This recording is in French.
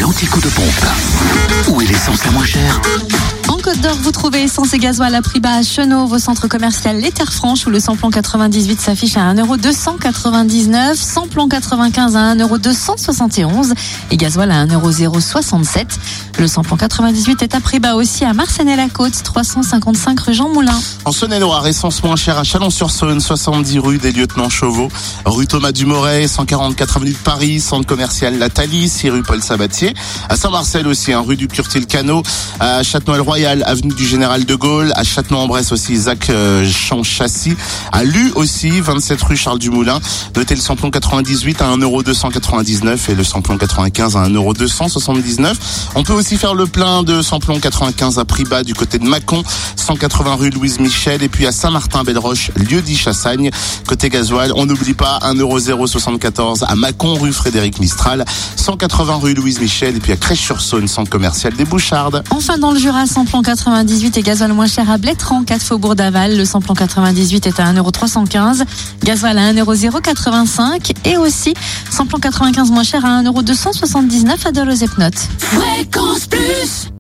l'anti-coup de pompe. Où est l'essence la moins chère ? En Côte d'Or, vous trouvez essence et gasoil à prix bas à Chenaux, vos centres commerciaux Les Terres Franches, où le samplon 98 s'affiche à 1,299 €, samplon 95 à 1,271 € et gasoil à 1,067 €. Le samplon 98 est à prix bas aussi à Marcenay-la-Côte, 355 rue Jean Moulin. En Saône-et-Loire, essence moins chère à Chalon-sur-Saône, 70 rue des Lieutenants Chauveau, rue Thomas Dumoret, 144 avenue de Paris, centre commercial La Thalie, 6 rue Paul Sabatier. À Saint-Marcel aussi, rue du Curtil-Cano, à Châtenois-le-Royal, avenue du Général de Gaulle, à Châtenois-en-Bresse aussi, Isaac Champ-Châssy, à Lue aussi, 27 rue Charles Dumoulin. Notez le samplon 98 à 1,299 € et le samplon 95 à 1,279 €. On peut aussi faire le plein de samplon 95 à prix bas du côté de Mâcon, 180 rue Louise Michel, et puis à Saint-Martin-Belle-Roche, lieu-dit Chassagne. Côté gasoil, on n'oublie pas 1,074 € à Mâcon, rue Frédéric Mistral, 180 rue Louise Michel, et puis à Crèche-sur-Saône, centre commercial des Bouchardes. Enfin, dans le Jura, samplon 98 et gasoil moins cher à Blétran, 4 faubourg d'Aval. Le samplon 98 est à 1,315 €, gasoil à 1,085 € et aussi samplon 95 moins cher à 1,279 € à Dole-aux-Epnotes. Fréquence Plus.